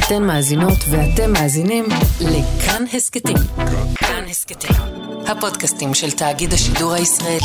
אתן מאזינות ואתם מאזינים לכאן הסקטים. כאן הסקטים, הפודקאסטים של תאגיד השידור הישראלי.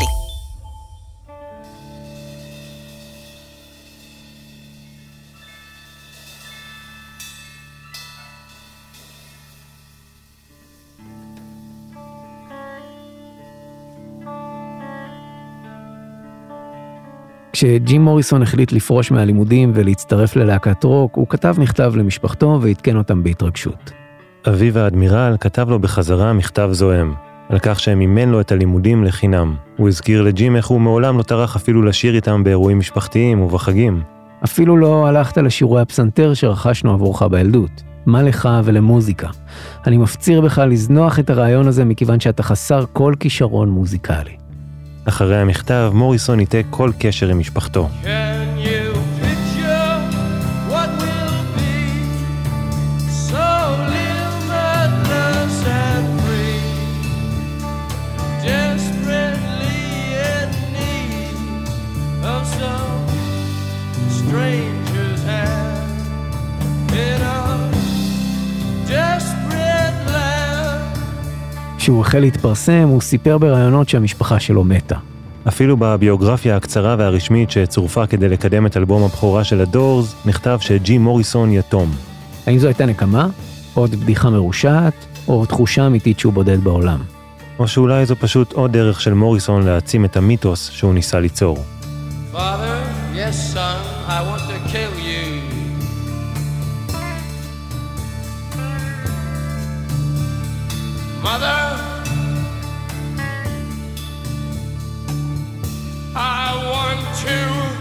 כשג'ים מוריסון החליט לפרוש מהלימודים ולהצטרף ללהקת רוק, הוא כתב מכתב למשפחתו והתקן אותם בהתרגשות. אביו האדמירל כתב לו בחזרה מכתב זוהם, על כך שהם מימן לו את הלימודים לחינם. הוא הזכיר לג'ים איך הוא מעולם לא טרח אפילו לשיר איתם באירועים משפחתיים ובחגים. אפילו לא הלכת לשיעורי הפסנתר שרכשנו עבורך בילדות. מה לך ולמוזיקה? אני מפציר בך לזנוח את הרעיון הזה מכיוון שאתה חסר כל כישרון מוזיקלי. אחרי המכתב, מוריסון ניתק כל קשר עם משפחתו. כשהוא החל להתפרסם, הוא סיפר ברעיונות שהמשפחה שלו מתה. אפילו בביוגרפיה הקצרה והרשמית שצורפה כדי לקדם את אלבום הבכורה של הדורס, נכתב שג'ים מוריסון יתום. האם זו הייתה נקמה? עוד בדיחה מרושעת? או תחושה אמיתית שהוא בודד בעולם? או שאולי זו פשוט עוד דרך של מוריסון להעצים את המיתוס שהוא ניסה ליצור. Father, yes son, I want to kill you. Mother, I want to.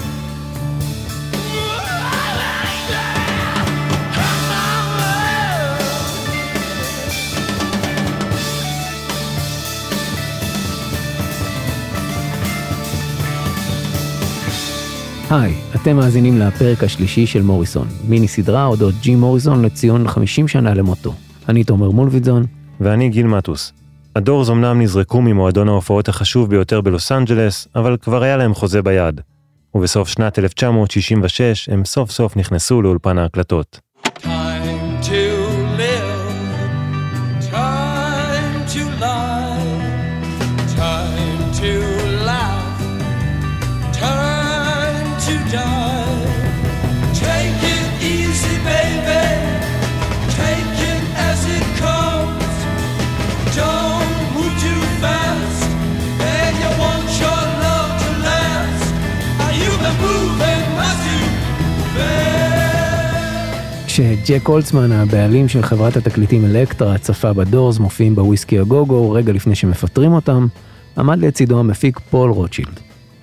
היי, אתם מאזינים לפרק השלישי של מוריסון, מיני סדרה אודות ג'ים מוריסון לציון 50 שנה למותו. אני תומר מולביטזון. ואני גיל מטוס. הדורס אמנם נזרקו ממועדון ההופעות החשוב ביותר בלוס אנג'לס, אבל כבר היה להם חוזה ביד. ובסוף שנת 1966 הם סוף סוף נכנסו לאולפן ההקלטות. Time to live, time to lie, time to laugh, time to die. Take it easy, baby, take it as it comes. Don't move too fast, and you want your love to last. Are you been moving, must you כשג'ק הולצמן, הבעלים של חברת התקליטים אלקטרה, צפה בדורס, מופיעים בוויסקי הגוגו רגע לפני שמפטרים אותם, עמד לצידו המפיק פול רוטשילד.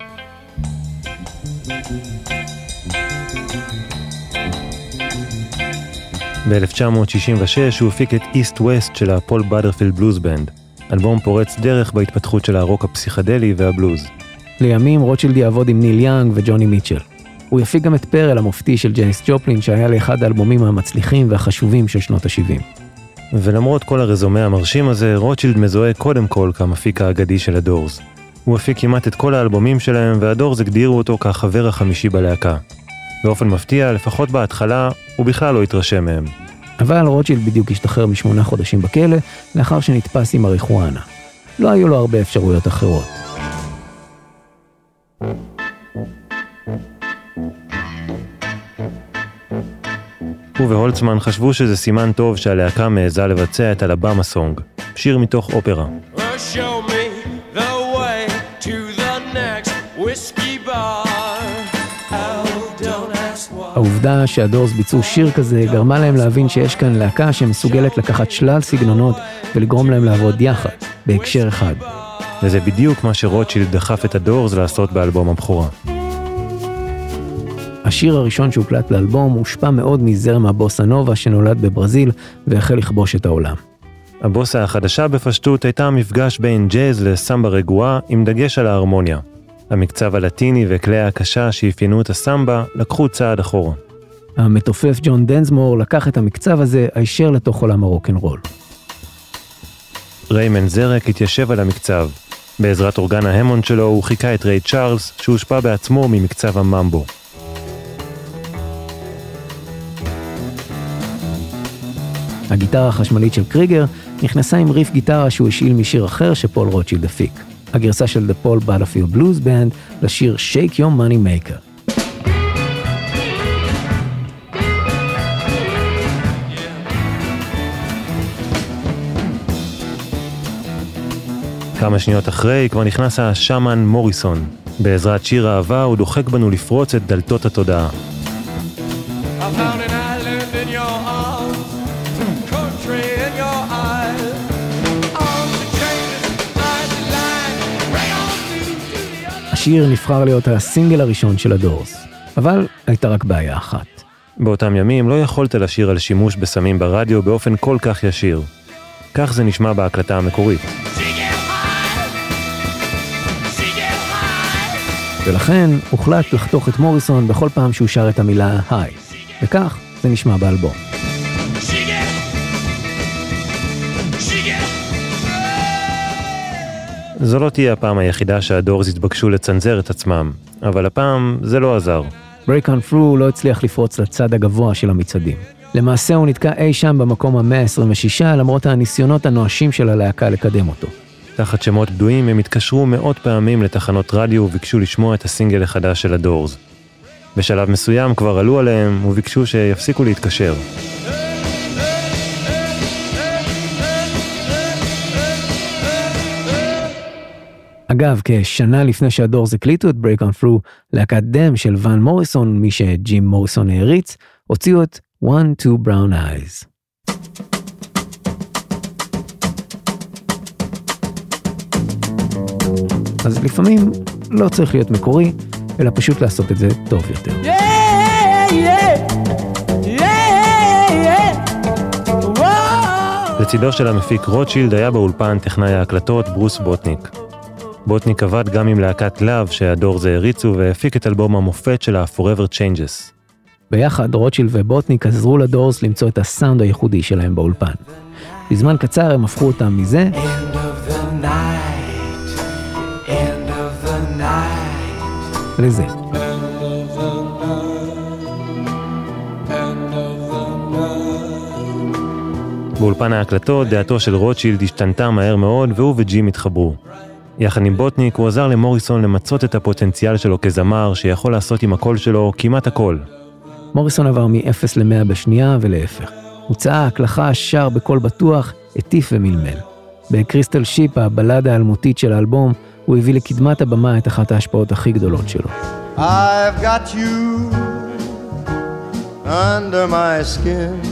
ב-1966 הוא הפיק את איסט ווסט של הפול בדרפילד בלוז בנד, אלבום פורץ דרך בהתפתחות של הרוק הפסיכדלי והבלוז. לימים רוטשילד יעבוד עם ניל יאנג וג'וני מיטשל. הוא יפיק גם את פרל המופתי של ג'ייניס ג'ופלין, שהיה לאחד האלבומים המצליחים והחשובים של שנות ה-70. ולמרות כל הרזומה המרשים הזה, רוטשילד מזוהה קודם כל כמפיק האגדי של הדורס. הוא הפיק כמעט את כל האלבומים שלהם, והדורס הגדירו אותו כחבר החמישי בלהקה. באופן מפתיע, לפחות בהתחלה, הוא בכלל לא התרשם מהם. אבל רוטשילד בדיוק השתחרר מ8 חודשים בכלא, לאחר שנתפס עם מריחואנה. לא היו לו הרבה אפשרויות אחרות. הוא והולצמן חשבו שזה סימן טוב שהלהקה מעזה לבצע את אלבמה סונג, שיר מתוך אופרה. show me the way to the next whiskey bar. העובדה שהדורס ביצעו שיר כזה גרמה להם להבין שיש כאן להקה שמסוגלת לקחת שלל סגנונות ולגרום להם לעבוד יחד, בהקשר אחד. וזה בדיוק מה שרוטשילד דחף את הדורס לעשות באלבום הבכורה. השיר הראשון שהוקלט לאלבום הושפע מאוד מזרם הבוסה נובה שנולד בברזיל והחל לכבוש את העולם. הבוסה החדשה בפשטות הייתה מפגש בין ג'אז לסמבה רגועה עם דגש על ההרמוניה. המקצב הלטיני וכלי הקשה שאפיינו את הסמבה לקחו צעד אחורה. המתופף ג'ון דנסמור לקח את המקצב הזה הישר לתוך עולם הרוק'נ'רול. ריימן זרק התיישב על המקצב. בעזרת אורגן ההמונד שלו הוא חיכה את ריי צ'ארלס שהושפע בעצמו ממקצב הממבו. הגיטרה החשמלית של קריגר נכנסה עם ריף גיטרה שהוא השאיל משיר אחר שפול רוטשילד הפיק. הגרסה של The Paul Butterfield Blues Band לשיר Shake Your Money Maker. כמה שניות אחרי כבר נכנס השאמן מוריסון. בעזרת שיר אהבה הוא דוחק בנו לפרוץ את דלתות התודעה. השיר נבחר להיות הסינגל הראשון של הדורס, אבל הייתה רק בעיה אחת. באותם ימים לא יכולת לשיר על שימוש בסמים ברדיו באופן כל כך ישיר. כך זה נשמע בהקלטה המקורית. ולכן הוחלט לחתוך את מוריסון בכל פעם שהוא שר את המילה היי, וכך זה נשמע באלבום. זו לא תהיה הפעם היחידה שהדורס התבקשו לצנזר את עצמם, אבל הפעם זה לא עזר. Break on Through לא הצליח לפרוץ לצד הגבוה של המצעדים. למעשה הוא נתקע אי שם במקום ה-126 למרות הניסיונות הנואשים של הלהקה לקדם אותו. תחת שמות בדויים הם התקשרו מאות פעמים לתחנות רדיו וביקשו לשמוע את הסינגל החדש של הדורס. בשלב מסוים כבר עלו עליהם וביקשו שיפסיקו להתקשר. אגב, כשנה לפני שהדורס הקליטו את Break on Through, להקת דם של ון מוריסון, מי שג'ים מוריסון העריץ, הוציאו את One Two Brown Eyes. אז לפעמים לא צריך להיות מקורי, אלא פשוט לעשות את זה טוב יותר. לצידו של המפיק רוטשילד היה באולפן טכנאי ההקלטות ברוס בוטניק. בוטניק עבד גם עם להקת לאב שהדורס העריצו והפיק את אלבום המופת של ה-Forever Changes. ביחד רוטשילד ובוטניק עזרו לדורס למצוא את הסאונד הייחודי שלהם באולפן. בזמן קצר הם הפכו אותם מזה לזה. באולפן ההקלטות דעתו של רוטשילד השתנתה מהר מאוד והוא וג'ים התחברו. יחד עם בוטניק הוא עזר למוריסון למצות את הפוטנציאל שלו כזמר שיכול לעשות עם הקול שלו כמעט הכל. מוריסון עבר מ-0 ל-100 בשנייה ולהפך. הוא צעק, לחש, שר בקול בטוח, הטיף ומלמל. בקריסטל שיפ, הבלדה האלמותית של האלבום, הוא הביא לקדמת הבמה את אחת ההשפעות הכי גדולות שלו. I've got you under my skin.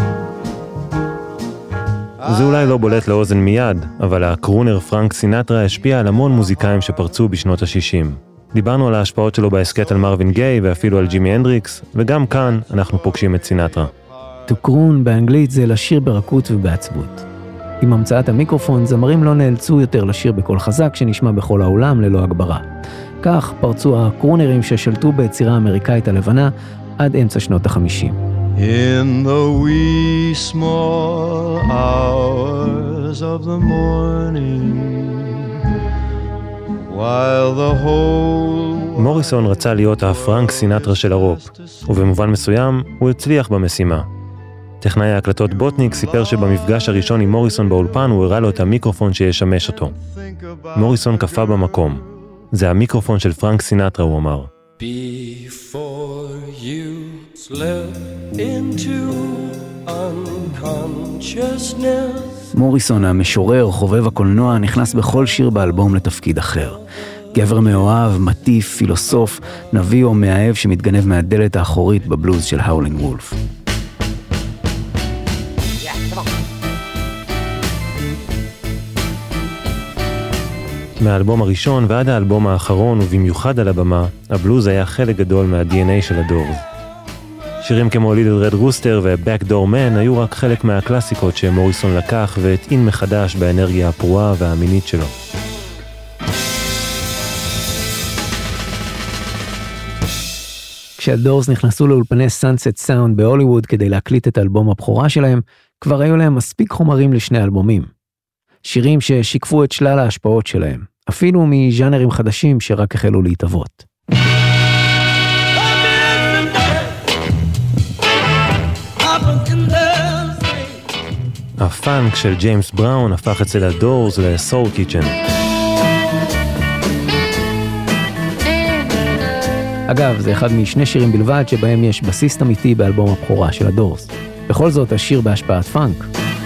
זה אולי לא בולט לאוזן מיד, אבל הקרונר פרנק סינטרה השפיע על המון מוזיקאים שפרצו בשנות ה-60. דיברנו על ההשפעות שלו בהסקט על מרווין גיי ואפילו על ג'ימי הנדריקס, וגם כאן אנחנו פוגשים את סינטרה. To croon באנגלית זה לשיר ברכות ובעצבות. עם המצאת המיקרופון, זמרים לא נאלצו יותר לשיר בקול חזק שנשמע בכל העולם ללא הגברה. כך פרצו הקרונרים ששלטו ביצירה האמריקאית הלבנה עד אמצע שנות ה-50. In the wee small hours of the morning while the whole מוריסון רצה להיות הפרנק סינטרה של הרוק, ובמובן מסוים הוא הצליח במשימה. טכנאי ההקלטות בוטניק סיפר שבמפגש הראשון עם מוריסון באולפן הוא הראה לו את המיקרופון שישמש אותו. מוריסון קפא במקום. זה המיקרופון של פרנק סינטרה, הוא אמר. Before you slip into unconsciousness. מוריסון, המשורר, חובב הקולנוע, נכנס בכל שיר באלבום לתפקיד אחר. גבר מאוהב, מטיף, פילוסוף, נביא או מאהב שמתגנב מהדלת האחורית בבלוז של האולינג וולף. מהאלבום הראשון ועד האלבום האחרון ובמיוחד על הבמה, הבלוז היה חלק גדול מה-DNA של הדורס. שירים כמו ליטל רד רוסטר ו-Backdoor Man היו רק חלק מהקלאסיקות שמוריסון לקח והטעין מחדש באנרגיה הפרועה והמינית שלו. כשהדורס נכנסו לאולפני Sunset Sound בהוליווד כדי להקליט את האלבום הבכורה שלהם, כבר היו להם מספיק חומרים לשני אלבומים. שירים ששיקפו את שלל ההשפעות שלהם, אפילו מז'אנרים חדשים שרק החלו להתאבות. הפאנק של ג'יימס בראון הפך אצל הדורס לסול קיצ'ן. אגב, זה אחד משני שירים בלבד שבהם יש בסיס אמיתי באלבום הבכורה של הדורס. בכל זאת, השיר בהשפעת פאנק.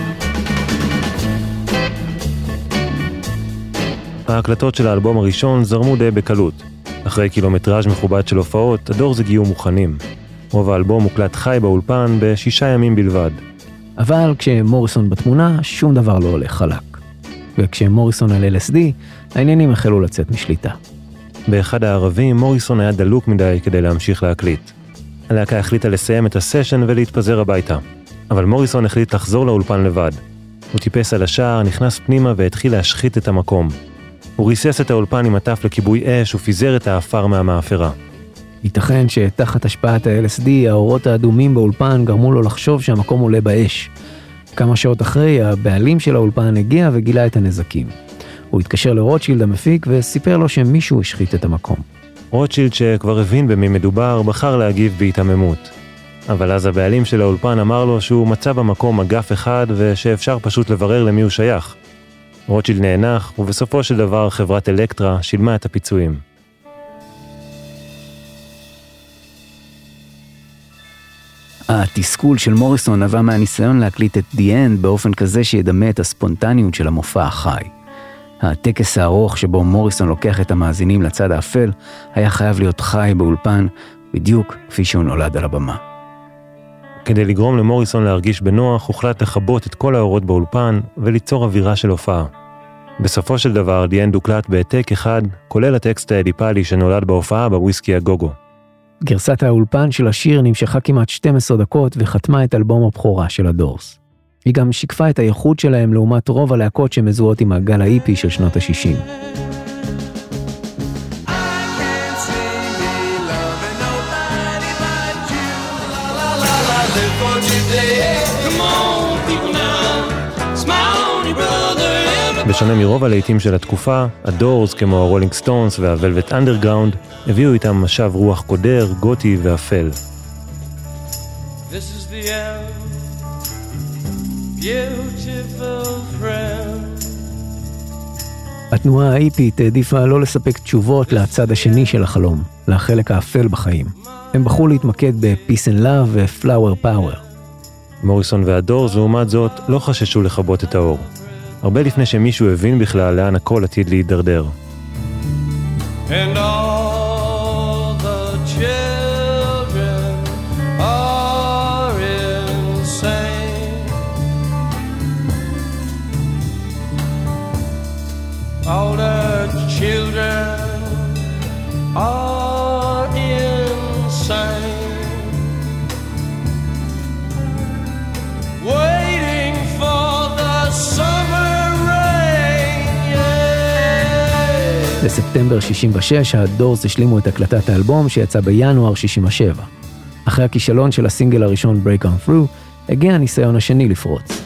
ההקלטות של האלבום הראשון זרמו די בקלות. אחרי קילומטראז' מכובד של הופעות, הדורס הגיעו מוכנים. רוב האלבום מוקלט חי באולפן ב6 ימים בלבד. אבל כשמוריסון בתמונה, שום דבר לא הולך חלק. וכשמוריסון על LSD, העניינים החלו לצאת משליטה. באחד הערבים, מוריסון היה דלוק מדי כדי להמשיך להקליט. הלהקה החליטה לסיים את הסשן ולהתפזר הביתה. אבל מוריסון החליט לחזור לאולפן לבד. הוא טיפס על השער, נכנס פנימה והתחיל להשחית את המקום. הוא ריסס את האולפן עם עטף לכיבוי אש ופיזר את האפר מהמאפרה. ייתכן שתחת השפעת ה-LSD, האורות האדומים באולפן גרמו לו לחשוב שהמקום עולה באש. כמה שעות אחרי, הבעלים של האולפן הגיע וגילה את הנזקים. הוא התקשר לרוטשילד המפיק וסיפר לו שמישהו השחית את המקום. רוטשילד, שכבר הבין במי מדובר, בחר להגיב בהתעממות. אבל אז הבעלים של האולפן אמר לו שהוא מצא במקום אגף אחד ושאפשר פשוט לברר למי הוא שייך. רוטשילד נאנח, ובסופו של דבר חברת אלקטרה שילמה את הפיצויים. התסכול של מוריסון נבע מהניסיון להקליט את The End באופן כזה שידמה את הספונטניות של המופע החי. הטקס הארוך שבו מוריסון לוקח את המאזינים לצד האפל היה חייב להיות חי באולפן, בדיוק כפי שהוא נולד על הבמה. כדי לגרום למוריסון להרגיש בנוח, הוחלט לחבות את כל האורות באולפן וליצור אווירה של הופעה. בסופו של דבר, The End הוקלט בהעתק אחד, כולל הטקסט האדיפלי שנולד בהופעה בוויסקי הגוגו. גרסת האולפן של השיר נמשכה כמעט 12 דקות וחתמה את אלבום הבכורה של הדורס. היא גם שיקפה את הייחוד שלהם לעומת רוב הלהקות שמזוהות עם הגל האיפי של שנות ה-60. בשונה מרוב הלהיטים של התקופה, הדורס כמו הרולינג סטונס והוולווט אנדרגראונד הביאו איתם משב רוח קודר, גותי ואפל. This is the end, beautiful friend. התנועה האיפית העדיפה לא לספק תשובות לצד השני של החלום, לחלק האפל בחיים. הם בחרו להתמקד ב-Peace and Love ו-Flower Power. מוריסון והדורס, לעומת זאת, לא חששו לכבות את האור. הרבה לפני שמישהו הבין בכלל לאן הכל עתיד להידרדר. And all the children are insane. All the children are insane. Waiting for the summer rain, yeah. בספטמבר 66, הדורס השלימו את הקלטת האלבום שיצא בינואר 67. אחרי הכישלון של הסינגל הראשון Break On Through, הגיע הניסיון השני לפרוץ.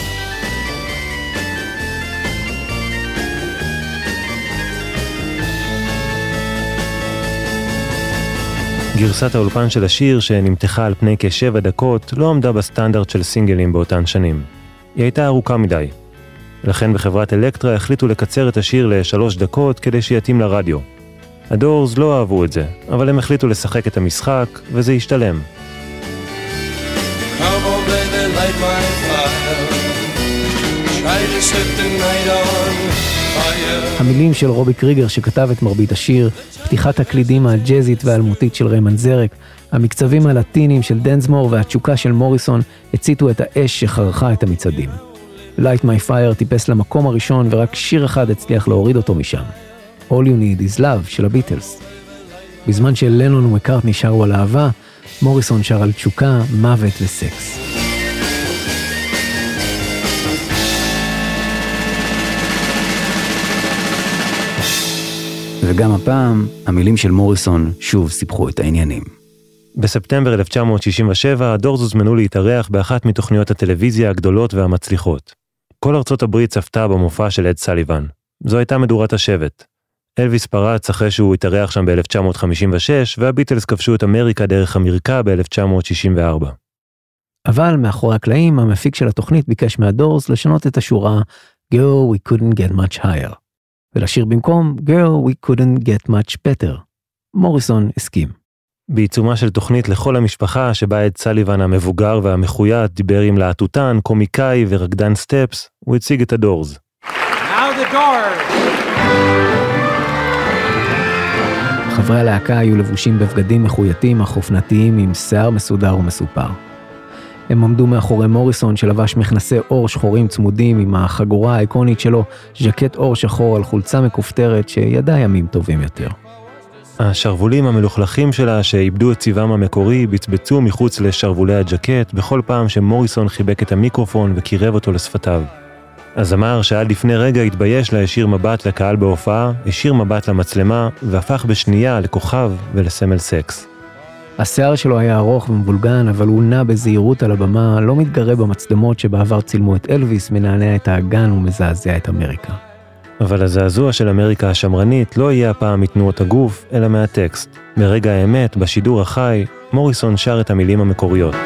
גרסת האולפן של השיר, שנמתחה על פני כ7 דקות, לא עמדה בסטנדרט של סינגלים באותן שנים. היא הייתה ארוכה מדי. לכן בחברת אלקטרה החליטו לקצר את השיר ל3 דקות כדי שיתאים לרדיו. הדורס לא אהבו את זה, אבל הם החליטו לשחק את המשחק, וזה השתלם. Come on, baby, light my fire. Try to set the night on fire. המילים של רובי קריגר שכתב את מרבית השיר, פתיחת הקלידים הג'אזית והאלמותית של ריימן זרק, המקצבים הלטינים של דנסמור והתשוקה של מוריסון הציתו את האש שחרכה את המצעדים. Light My Fire טיפס למקום הראשון ורק שיר אחד הצליח להוריד אותו משם. All You Need Is Love של הביטלס. בזמן שלנון ומקארטני שרו על אהבה, מוריסון שר על תשוקה, מוות וסקס. וגם הפעם, המילים של מוריסון שוב סיפחו את העניינים. בספטמבר 1967, הדורס הוזמנו להתארח באחת מתוכניות הטלוויזיה הגדולות והמצליחות. כל ארצות הברית צפתה במופע של אד סליבן. זו הייתה מדורת השבט. אלוויס פרץ אחרי שהוא התארח שם ב-1956, והביטלס כבשו את אמריקה דרך אמריקה ב-1964. אבל מאחורי הקלעים המפיק של התוכנית ביקש מהדורס לשנות את השורה Girl, we couldn't get much higher, ולשיר במקום Girl, we couldn't get much better. מוריסון הסכים. בעיצומה של תוכנית לכל המשפחה שבה את סליבן המבוגר והמחויית דיבר עם להטוטן, קומיקאי ורקדן סטפס, הוא הציג את הדורס. Now the Doors. חברי הלהקה היו לבושים בבגדים מחויטים החופנתיים עם שיער מסודר ומסופר. הם עמדו מאחורי מוריסון שלבש מכנסי אור שחורים צמודים עם החגורה האיקונית שלו, ז'קט אור שחור על חולצה מכופתרת שידע ימים טובים יותר. השרבולים המלוכלכים שלה שאיבדו את צבעם המקורי בצבצו מחוץ לשרבולי הג'קט בכל פעם שמוריסון חיבק את המיקרופון וקירב אותו לשפתיו. הזמר שעד לפני רגע התבייש להישיר מבט לקהל בהופעה, השיר מבט למצלמה והפך בשנייה לכוכב ולסמל סקס. השיער שלו היה ארוך ומבולגן, אבל הוא נע בזהירות על הבמה, לא מתגרה במצלמות שבעבר צילמו את אלוויס, מנענע את האגן ומזעזע את אמריקה. אבל הזעזוע של אמריקה השמרנית לא יהיה הפעם מתנועות הגוף, אלא מהטקסט. ברגע האמת, בשידור החי, מוריסון שר את המילים המקוריות.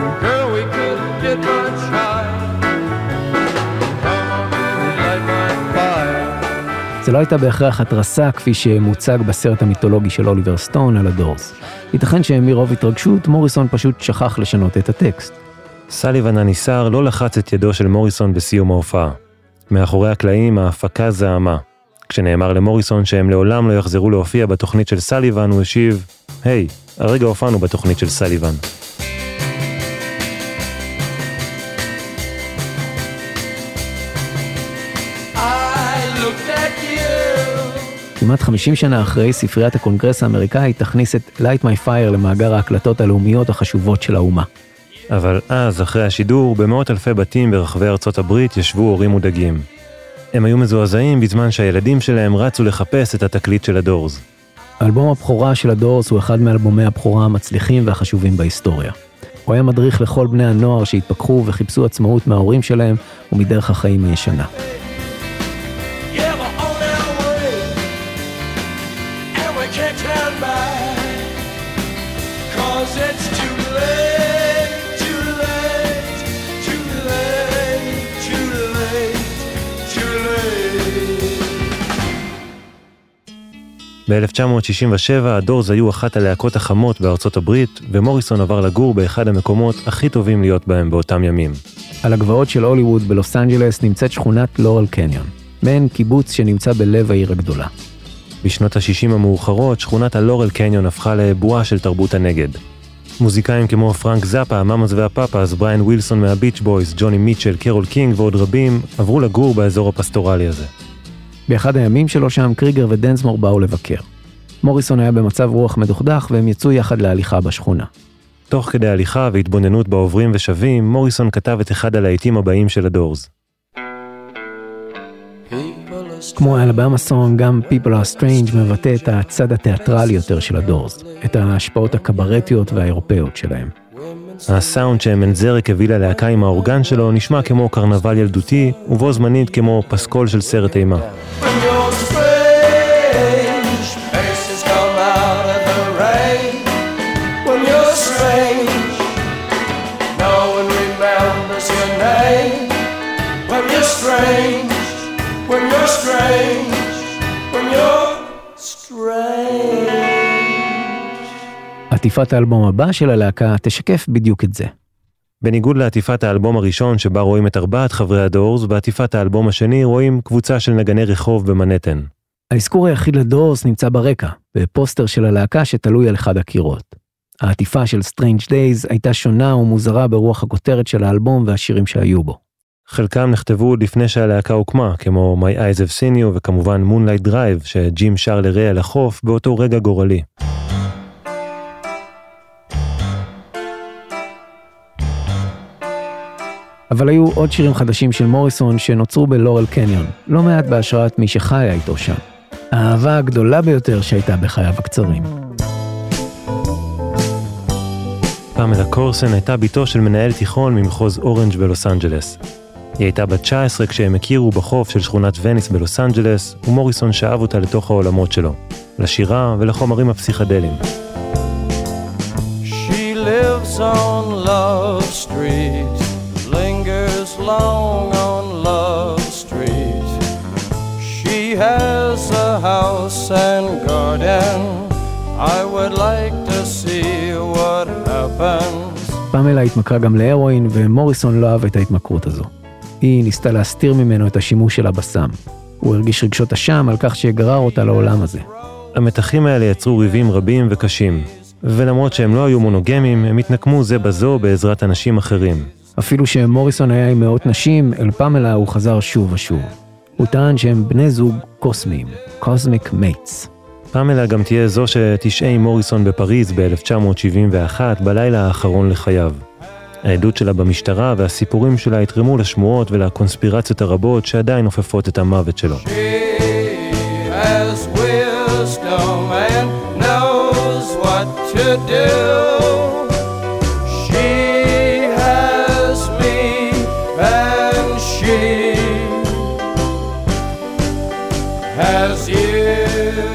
זה לא הייתה בהכרח התרסה כפי שמוצג בסרט המיתולוגי של אוליבר סטון על הדורס. ייתכן שמרוב התרגשות, מוריסון פשוט שכח לשנות את הטקסט. סליבן הניסר לא לחץ את ידו של מוריסון בסיום ההופעה. מאחורי הקלעים ההפקה זעמה. כשנאמר למוריסון שהם לעולם לא יחזרו להופיע בתוכנית של סליבן, הוא השיב, היי, הרגע הופענו בתוכנית של סליבן. כמעט 50 שנה אחרי, ספריית הקונגרס האמריקאי תכניס את Light My Fire למאגר ההקלטות הלאומיות החשובות של האומה. אבל אז, אחרי השידור, במאות אלפי בתים ברחבי ארצות הברית ישבו הורים מודאגים. הם היו מזועזעים בזמן שהילדים שלהם רצו לחפש את התקליט של הדורס. האלבום הבכורה של הדורס הוא אחד מאלבומי הבכורה המצליחים והחשובים בהיסטוריה. הוא היה מדריך לכל בני הנוער שהתפכחו וחיפשו עצמאות מההורים שלהם ומדרך החיים הישנה. ב-1967 הדורס היו אחת הלהקות החמות בארצות הברית, ומוריסון עבר לגור באחד המקומות הכי טובים להיות בהם באותם ימים. על הגבעות של הוליווד בלוס אנג'לס נמצאת שכונת לורל קניון, מעין קיבוץ שנמצא בלב העיר הגדולה. בשנות ה-60 המאוחרות, שכונת הלורל קניון הפכה לבועה של תרבות הנגד. מוזיקאים כמו פרנק זאפה, המאמאס והפאפאס, בריין ווילסון מהביץ' בויז, ג'וני מיטשל, קרול קינג ועוד רבים עברו לגור באזור הפסטורלי הזה. באחד הימים שלו שם קריגר ודנסמור באו לבקר. מוריסון היה במצב רוח מדוכדך והם יצאו יחד להליכה בשכונה. תוך כדי הליכה והתבוננות בעוברים ושבים, מוריסון כתב את אחד הלהיטים הבאים של הדורס. כמו אלבמה סונג, גם People Are Strange מבטא את הצד התיאטרלי יותר של הדורס, את ההשפעות הקברטיות והאירופאיות שלהם. הסאונד שמנזרק הביא ללהקה עם האורגן שלו נשמע כמו קרנבל ילדותי, ובו זמנית כמו פסקול של סרט אימה. עטיפת האלבום הבא של הלהקה תשקף בדיוק את זה. בניגוד לעטיפת האלבום הראשון שבה רואים את 4 חברי הדורס, בעטיפת האלבום השני רואים קבוצה של נגני רחוב במנהטן. האזכור היחיד לדורס נמצא ברקע, בפוסטר של הלהקה שתלוי על אחד הקירות. העטיפה של Strange Days הייתה שונה ומוזרה ברוח הכותרת של האלבום והשירים שהיו בו. חלקם נכתבו לפני שהלהקה הוקמה, כמו My Eyes Have Seen You וכמובן Moonlight Drive, שג'ים שר לריי על החוף באותו רגע גורלי. אבל היו עוד שירים חדשים של מוריסון שנוצרו בלורל קניון, לא מעט בהשראת מי שחיה איתו שם. האהבה הגדולה ביותר שהייתה בחייו הקצרים. פמלה קורסן הייתה ביתו של מנהל תיכון ממחוז אורנג' בלוס אנג'לס. היא הייתה בת 19 כשהם הכירו בחוף של שכונת וניס בלוס אנג'לס, ומוריסון שאב אותה לתוך העולמות שלו, לשירה ולחומרים הפסיכדליים. She lived lives on Love Street, lingers long on Love Street. She has a house and garden. I would like to see what happens. פמלה התמכרה גם להרואין, ומוריסון לא אהב את ההתמכרות הזו. היא ניסתה להסתיר ממנו את השימוש שלה בסם. הוא הרגיש רגשות אשם על כך שגרר אותה לעולם הזה. המתחים האלה יצרו ריבים רבים וקשים, ולמרות שהם לא היו מונוגמים, הם התנקמו זה בזו בעזרת אנשים אחרים. אפילו שמוריסון היה עם מאות נשים, אל פמלה הוא חזר שוב ושוב. הוא טען שהם בני זוג קוסמיים, קוסמיק מייטס. פמלה גם תהיה זו שתשעה עם מוריסון בפריז ב-1971 בלילה האחרון לחייו. העדות שלה במשטרה והסיפורים שלה התרמו לשמועות ולקונספירציות הרבות שעדיין הופפות את המוות שלו. She has wisdom and knows what to do. She has me and she has you.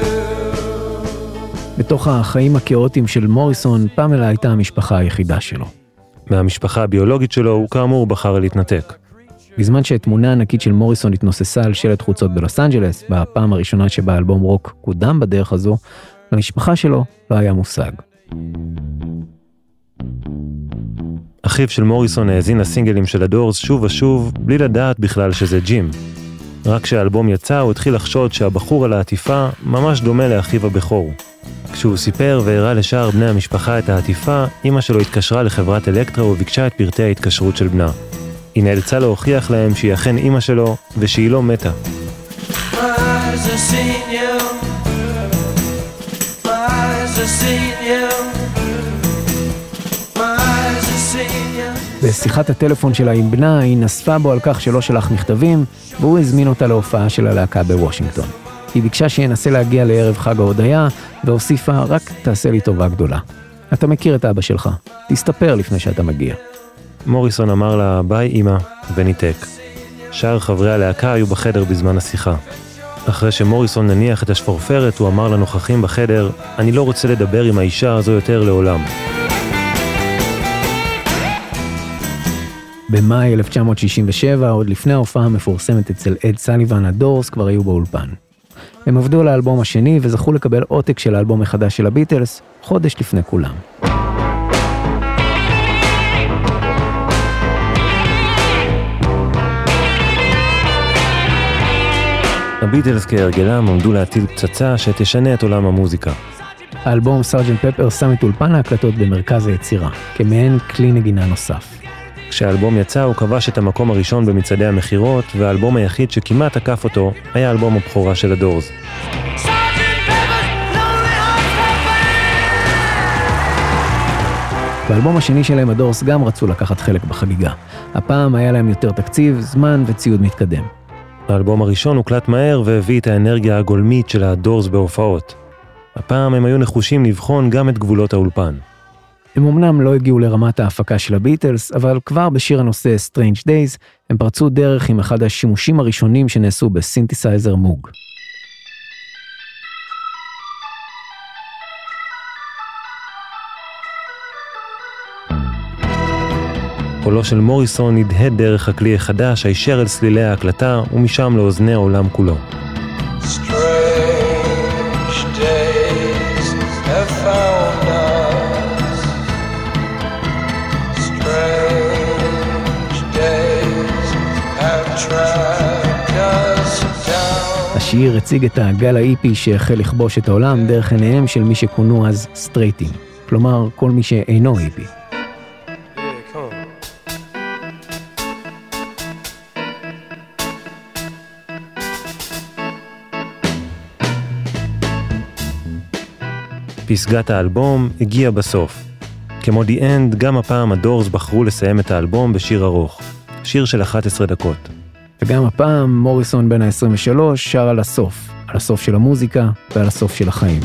בתוך החיים הכאוטיים של מוריסון, פמלה הייתה המשפחה היחידה שלו. מהמשפחה הביולוגית שלו הוא כאמור בחר להתנתק. בזמן שתמונה ענקית של מוריסון התנוססה על שלט חוצות בלוס אנג'לס, בפעם הראשונה שבה אלבום רוק קודם בדרך הזו, למשפחה שלו לא היה מושג. אחיו של מוריסון האזין לסינגלים של הדורס שוב ושוב, בלי לדעת בכלל שזה ג'ים. רק כשהאלבום יצא הוא התחיל לחשוד שהבחור על העטיפה ממש דומה לאחיו הבכור. כשהוא סיפר והראה לשאר בני המשפחה את העטיפה, אמא שלו התקשרה לחברת אלקטרה וביקשה את פרטי ההתקשרות של בנה. היא נאלצה להוכיח להם שהיא אכן אמא שלו ושהיא לא מתה. בשיחת הטלפון שלה עם בנה, היא נספה בו על כך שלא שלח מכתבים, והוא הזמין אותה להופעה של הלהקה בוושינגטון. היא ביקשה שינסה להגיע לערב חג ההודיה, והוסיפה, רק תעשה לי טובה גדולה. אתה מכיר את אבא שלך, תסתפר לפני שאתה מגיע. מוריסון אמר לה, ביי אמא, וניתק. שאר חברי הלהקה היו בחדר בזמן השיחה. אחרי שמוריסון נניח את השפורפרת, הוא אמר לנוכחים בחדר, אני לא רוצה לדבר עם האישה הזו יותר לעולם. במאי 1967, עוד לפני ההופעה המפורסמת אצל אד סליבן, הדורס כבר היו באולפן. הם עבדו על האלבום השני וזכו לקבל עותק של האלבום החדש של הביטלס, חודש לפני כולם. הביטלס כהרגלם עמדו להטיל פצצה שתשנה את עולם המוזיקה. האלבום סרג'נט פפר שם את אולפן ההקלטות במרכז היצירה, כמעין כלי נגינה נוסף. כשהאלבום יצא הוא כבש את המקום הראשון במצעדי המחירות, והאלבום היחיד שכמעט עקף אותו היה אלבום הבכורה של הדורס. באלבום השני שלהם הדורס גם רצו לקחת חלק בחגיגה. הפעם היה להם יותר תקציב, זמן וציוד מתקדם. האלבום הראשון הוקלט מהר והביא את האנרגיה הגולמית של הדורס בהופעות. הפעם הם היו נחושים לבחון גם את גבולות האולפן. הם אמנם לא הגיעו לרמת ההפקה של הביטלס, אבל כבר בשיר הנושא Strange Days, הם פרצו דרך עם אחד השימושים הראשונים שנעשו בסינתסייזר מוג. קולו של מוריסון נדהד דרך הכלי החדש, הישר אל סלילי ההקלטה, ומשם לאוזני העולם כולו. Strange days have found us. Strange days have tracked us down. השיר הציג את הגל האיפי שהחל לכבוש את העולם דרך עיניהם של מי שכונו אז סטרייטים, כלומר כל מי שאינו איפי. פסגת האלבום הגיעה בסוף. כמו The End, גם הפעם הדורס בחרו לסיים את האלבום בשיר ארוך. שיר של 11 דקות. וגם הפעם מוריסון בן ה-23 שר על הסוף של המוזיקה ועל הסוף של החיים.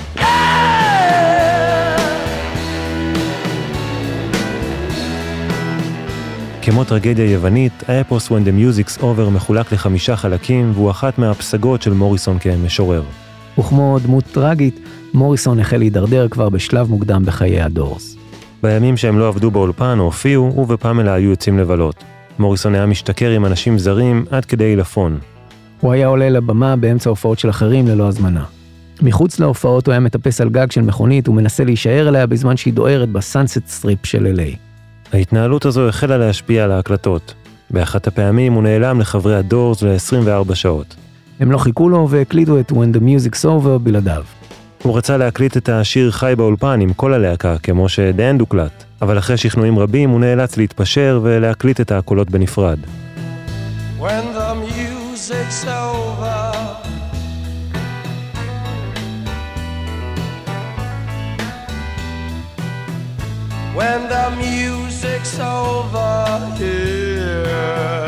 כמו טרגדיה יוונית, האפוס When the Music's Over מחולק ל5 חלקים, והוא אחת מהפסגות של מוריסון כמשורר. וכמו דמות טרגית, מוריסון החל להידרדר כבר בשלב מוקדם בחיי הדורס. בימים שהם לא עבדו באולפן או הופיעו, הוא ופמלה היו יוצאים לבלות. מוריסון היה משתכר עם אנשים זרים עד כדי עילפון. הוא היה עולה לבמה באמצע הופעות של אחרים ללא הזמנה. מחוץ להופעות הוא היה מטפס על גג של מכונית ומנסה להישאר אליה בזמן שהיא דוהרת בסאנסט סטריפ של LA. ההתנהלות הזו החלה להשפיע על ההקלטות. באחת הפעמים הוא נעלם לחברי הדורס ל-24 שעות. הם לא חיכו לו והקליטו את When the Music's Over בלעדיו. הוא רצה להקליט את השיר חי באולפן עם כל הלהקה, כמו שדן דוקלט, אבל אחרי שכנועים רבים הוא נאלץ להתפשר ולהקליט את הקולות בנפרד. When the music's over, when the music's over here,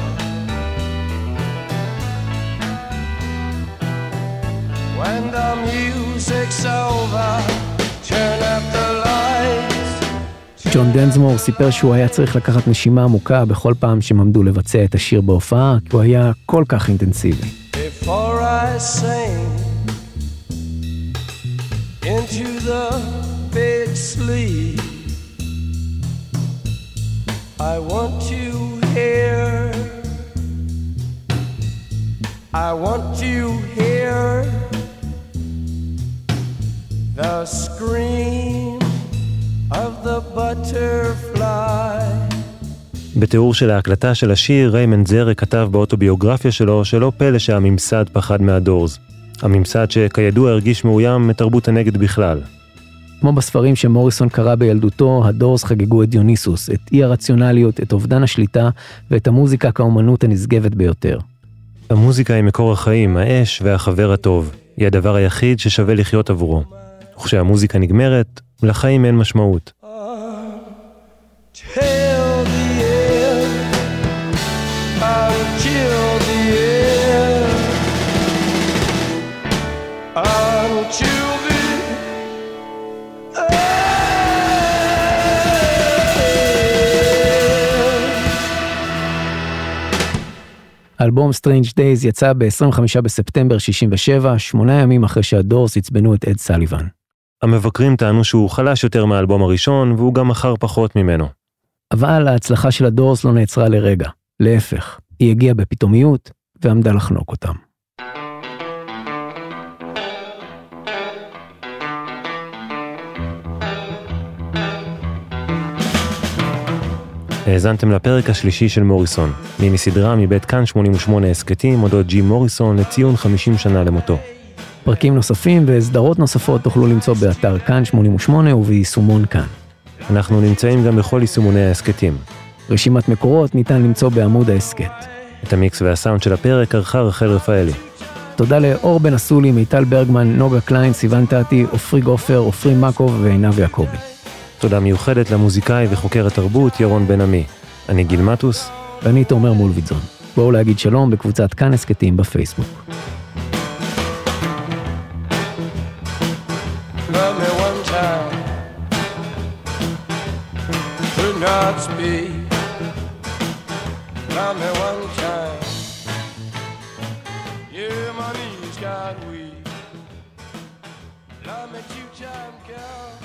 when the music's over, turn up the lights. ג'ון דנסמור סיפר שהוא היה צריך לקחת נשימה עמוקה בכל פעם שהם עמדו לבצע את השיר בהופעה, כי הוא היה כל כך אינטנסיבי. Before I sing into the big sleep, I want to hear, I want to hear the scream of the butterfly. בתיאור של ההקלטה של השיר, ריימונד זרה כתב באוטוביוגרפיה שלו שלא פלא שהממסד פחד מהדורס. הממסד שכידוע הרגיש מאוים מתרבות הנגד בכלל. כמו בספרים שמוריסון קרא בילדותו, הדורס חגגו את דיוניסוס, את אי הרציונליות, את אובדן השליטה ואת המוזיקה כאומנות הנשגבת ביותר. המוזיקה היא מקור החיים, האש והחבר הטוב. היא הדבר היחיד ששווה לחיות עבורו. וכשהמוזיקה נגמרת, לחיים אין משמעות. Till the end, until the end, until the end. האלבום Strange Days יצא ב-25 בספטמבר 67, 8 ימים אחרי שהדורס הצבנו את אד סליבן. המבקרים טענו שהוא חלש יותר מהאלבום הראשון, והוא גם מכר פחות ממנו. אבל ההצלחה של הדורס לא נעצרה לרגע. להפך, היא הגיעה בפתאומיות ועמדה לחנוק אותם. האזנתם לפרק השלישי של מוריסון, מיני סדרה מבית כאן 88 הסקטים, אודות ג'ים מוריסון לציון 50 שנה למותו. פרקים נוספים וסדרות נוספות תוכלו למצוא באתר כאן 88 וביישומון כאן. אנחנו נמצאים גם בכל יישומוני ההסקטים. רשימת מקורות ניתן למצוא בעמוד ההסקט. את המיקס והסאונד של הפרק ערכה רחל רפאלי. תודה לאור בן אסולי, מיטל ברגמן, נוגה קליין, סיוון טאטי, אופרי גופר, אופרי מקוב ועינב יעקבי. תודה מיוחדת למוזיקאי וחוקר התרבות ירון בן עמי. אני גיל מטוס. ואני תומר מולביטזון. בואו להגיד שלום בקבוצת כאן הסקטים בפייסבוק. Love me one time, do not speak. Love me one time, yeah, my knees got weak. Love me two-time, girl.